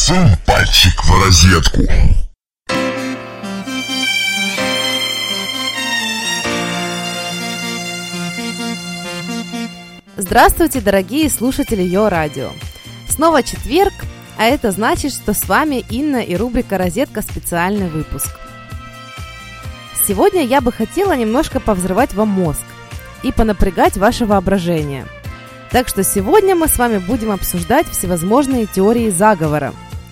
Сунь пальчик в розетку. Здравствуйте, дорогие слушатели Йо Радио. Снова четверг, а это значит, что с вами Инна и рубрика «Розетка. Специальный выпуск». Сегодня я бы хотела немножко повзрывать вам мозг и понапрягать ваше воображение. Так что сегодня мы с вами будем обсуждать всевозможные теории заговора.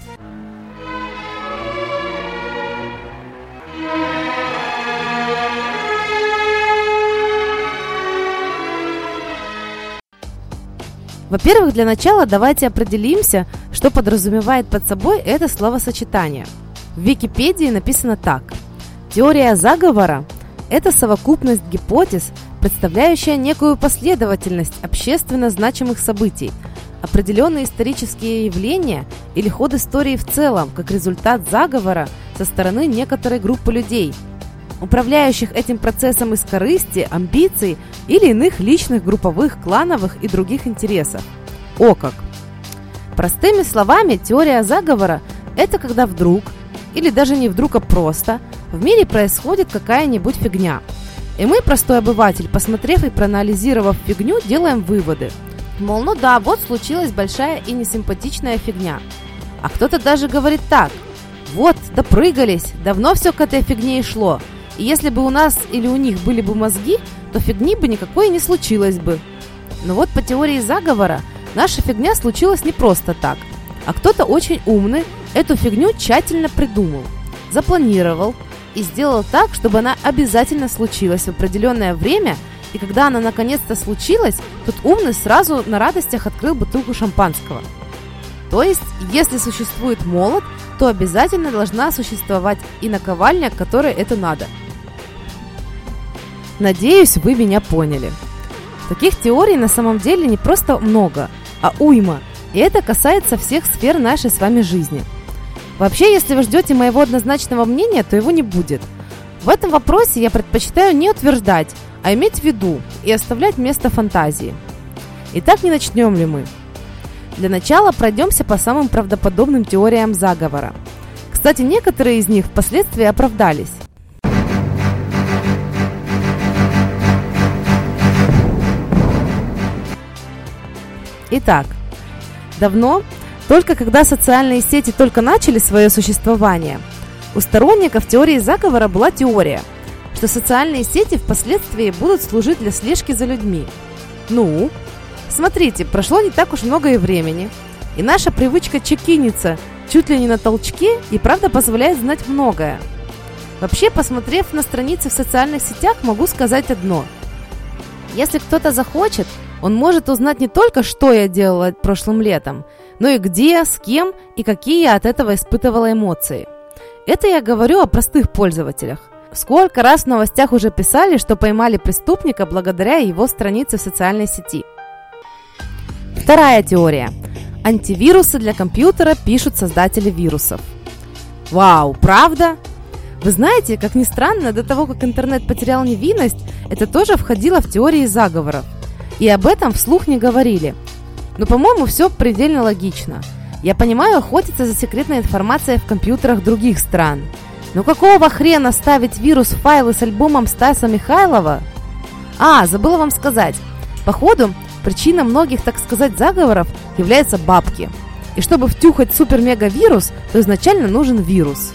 Во-первых, для начала давайте определимся, что подразумевает под собой это словосочетание. В Википедии написано так. Теория заговора – это совокупность гипотез, представляющая некую последовательность общественно значимых событий, определенные исторические явления или ход истории в целом, как результат заговора со стороны некоторой группы людей, управляющих этим процессом из корысти, амбиций или иных личных, групповых, клановых и других интересов. О как! Простыми словами, теория заговора – это когда вдруг, или даже не вдруг, а просто, в мире происходит какая-нибудь фигня. И мы, простой обыватель, посмотрев и проанализировав фигню, делаем выводы. Мол, ну да, вот случилась большая и несимпатичная фигня. А кто-то даже говорит так: вот, допрыгались, давно все к этой фигне и шло. И если бы у нас или у них были бы мозги, то фигни бы никакой и не случилось бы. Но вот по теории заговора наша фигня случилась не просто так, а кто-то очень умный эту фигню тщательно придумал, запланировал и сделал так, чтобы она обязательно случилась в определенное время, и когда она наконец-то случилась, тот умный сразу на радостях открыл бутылку шампанского. То есть, если существует молот, то обязательно должна существовать и наковальня, которой это надо. Надеюсь, вы меня поняли. Таких теорий на самом деле не просто много, а уйма, и это касается всех сфер нашей с вами жизни. Вообще, если вы ждете моего однозначного мнения, то его не будет. В этом вопросе я предпочитаю не утверждать, а иметь в виду и оставлять место фантазии. Итак, не начнем ли мы? Для начала пройдемся по самым правдоподобным теориям заговора. Кстати, некоторые из них впоследствии оправдались. Итак, давно, только когда социальные сети только начали свое существование, у сторонников теории заговора была теория, что социальные сети впоследствии будут служить для слежки за людьми. Ну, смотрите, прошло не так уж много и времени, и наша привычка чекиниться чуть ли не на толчке и правда позволяет знать многое. Вообще, посмотрев на страницы в социальных сетях, могу сказать одно. Если кто-то захочет, он может узнать не только, что я делала прошлым летом, но и где, с кем и какие я от этого испытывала эмоции. Это я говорю о простых пользователях. Сколько раз в новостях уже писали, что поймали преступника благодаря его странице в социальной сети. Вторая теория. Антивирусы для компьютера пишут создатели вирусов. Вау, правда? Вы знаете, как ни странно, до того, как интернет потерял невинность, это тоже входило в теории заговоров. И об этом вслух не говорили. Но, по-моему, все предельно логично. Я понимаю, охотиться за секретной информацией в компьютерах других стран. Но какого хрена ставить вирус в файлы с альбомом Стаса Михайлова? Забыла вам сказать. Походу, причина многих, так сказать, заговоров является бабки. И чтобы втюхать супер-мега-вирус, то изначально нужен вирус.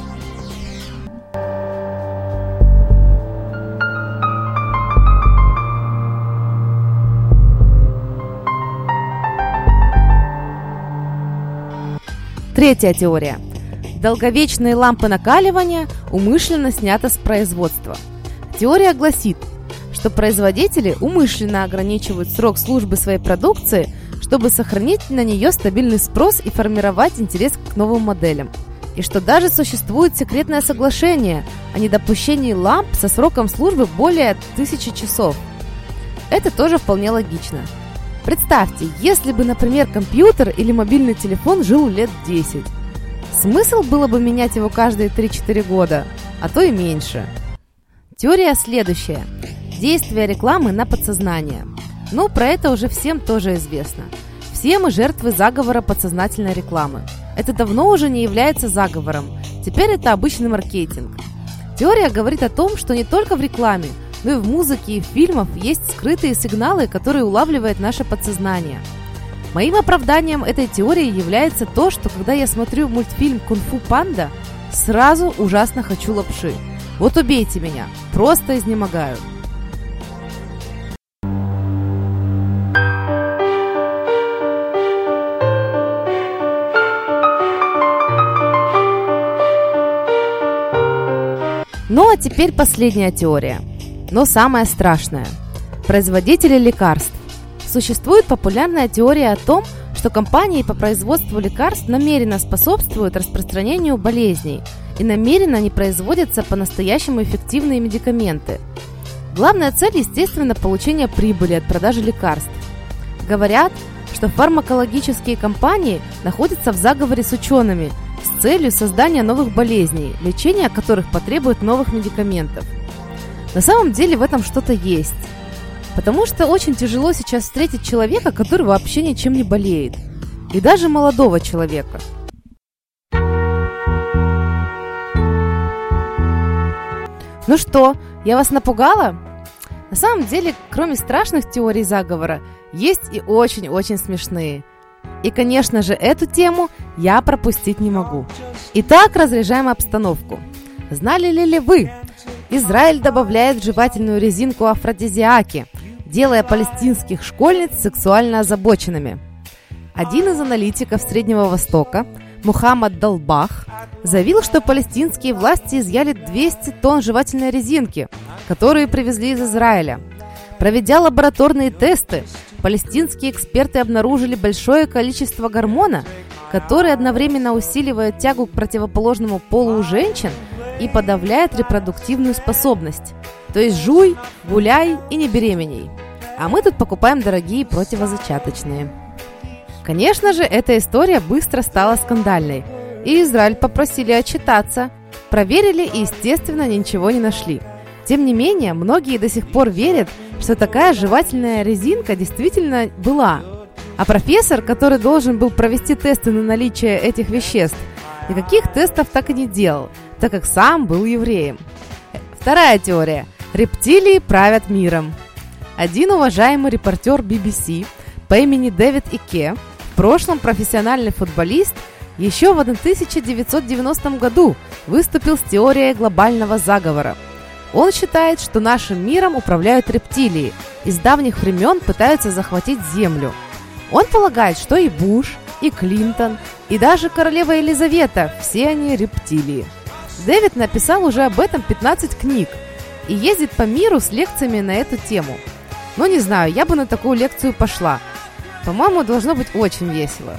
Третья теория. Долговечные лампы накаливания умышленно сняты с производства. Теория гласит, что производители умышленно ограничивают срок службы своей продукции, чтобы сохранить на нее стабильный спрос и формировать интерес к новым моделям. И что даже существует секретное соглашение о недопущении ламп со сроком службы более 1000 часов. Это тоже вполне логично. Представьте, если бы, например, компьютер или мобильный телефон жил лет 10. Смысл было бы менять его каждые 3-4 года, а то и меньше. Теория следующая. Действие рекламы на подсознание. Про это уже всем тоже известно. Все мы жертвы заговора подсознательной рекламы. это давно уже не является заговором. Теперь это обычный маркетинг. Теория говорит о том, что не только в рекламе, но и в музыке и в фильмах есть скрытые сигналы, которые улавливает наше подсознание. Моим оправданием этой теории является то, что когда я смотрю мультфильм «Кунг-фу панда», сразу ужасно хочу лапши. Вот убейте меня, просто изнемогаю. Ну а теперь последняя теория, но самая страшная. Производители лекарств. Существует популярная теория о том, что компании по производству лекарств намеренно способствуют распространению болезней и намеренно не производятся по-настоящему эффективные медикаменты. Главная цель, естественно, получение прибыли от продажи лекарств. Говорят, что фармакологические компании находятся в заговоре с учеными с целью создания новых болезней, лечения которых потребует новых медикаментов. На самом деле в этом что-то есть. Потому что очень тяжело сейчас встретить человека, который вообще ничем не болеет. И даже молодого человека. Ну что, я вас напугала? На самом деле, кроме страшных теорий заговора, есть и очень-очень смешные. И, конечно же, эту тему я пропустить не могу. Итак, разряжаем обстановку. Знали ли вы? Израиль добавляет в жевательную резинку афродизиаки, делая палестинских школьниц сексуально озабоченными. Один из аналитиков Среднего Востока, Мухаммад Далбах, заявил, что палестинские власти изъяли 200 тонн жевательной резинки, которые привезли из Израиля. Проведя лабораторные тесты, палестинские эксперты обнаружили большое количество гормона, который одновременно усиливает тягу к противоположному полу у женщин и подавляет репродуктивную способность. То есть жуй, гуляй и не беременей. А мы тут покупаем дорогие противозачаточные. Конечно же, эта история быстро стала скандальной, и Израиль попросили отчитаться. Проверили и, естественно, ничего не нашли. Тем не менее, многие до сих пор верят, что такая жевательная резинка действительно была. А профессор, который должен был провести тесты на наличие этих веществ, никаких тестов так и не делал, так как сам был евреем. Вторая теория. Рептилии правят миром. Один уважаемый репортер BBC по имени Дэвид Ике, в прошлом профессиональный футболист, еще в 1990 году выступил с теорией глобального заговора. Он считает, что нашим миром управляют рептилии и с давних времен пытаются захватить Землю. Он полагает, что и Буш, и Клинтон, и даже королева Елизавета – все они рептилии. Дэвид написал уже об этом 15 книг и ездит по миру с лекциями на эту тему. Но не знаю, я бы на такую лекцию пошла. По-моему, должно быть очень весело.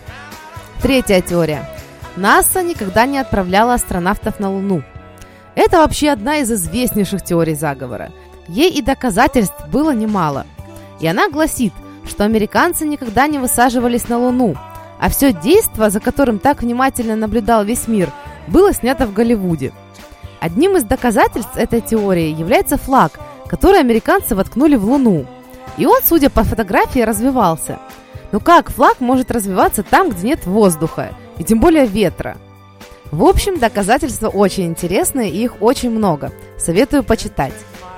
Третья теория. НАСА никогда не отправляла астронавтов на Луну. Это вообще одна из известнейших теорий заговора. Ей и доказательств было немало. И она гласит, что американцы никогда не высаживались на Луну, а все действо, за которым так внимательно наблюдал весь мир, было снято в Голливуде. Одним из доказательств этой теории является флаг, который американцы воткнули в Луну. И он, судя по фотографии, развивался. Но как флаг может развиваться там, где нет воздуха, и тем более ветра? В общем, доказательства очень интересные, и их очень много. Советую почитать.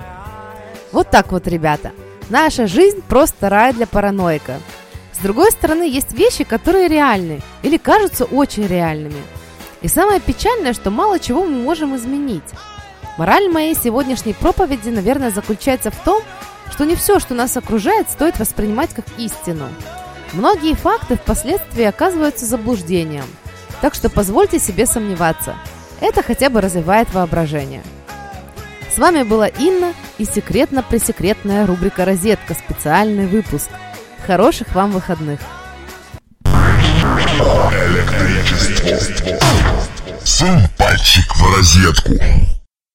Вот так вот, ребята. Наша жизнь просто рай для параноика. С другой стороны, есть вещи, которые реальны или кажутся очень реальными. И самое печальное, что мало чего мы можем изменить. Мораль моей сегодняшней проповеди, наверное, заключается в том, что не все, что нас окружает, стоит воспринимать как истину. Многие факты впоследствии оказываются заблуждением. Так что позвольте себе сомневаться. Это хотя бы развивает воображение. С вами была Инна и секретно-пресекретная рубрика «Розетка», специальный выпуск. Хороших вам выходных! Электричество. Сунь пальчик в розетку.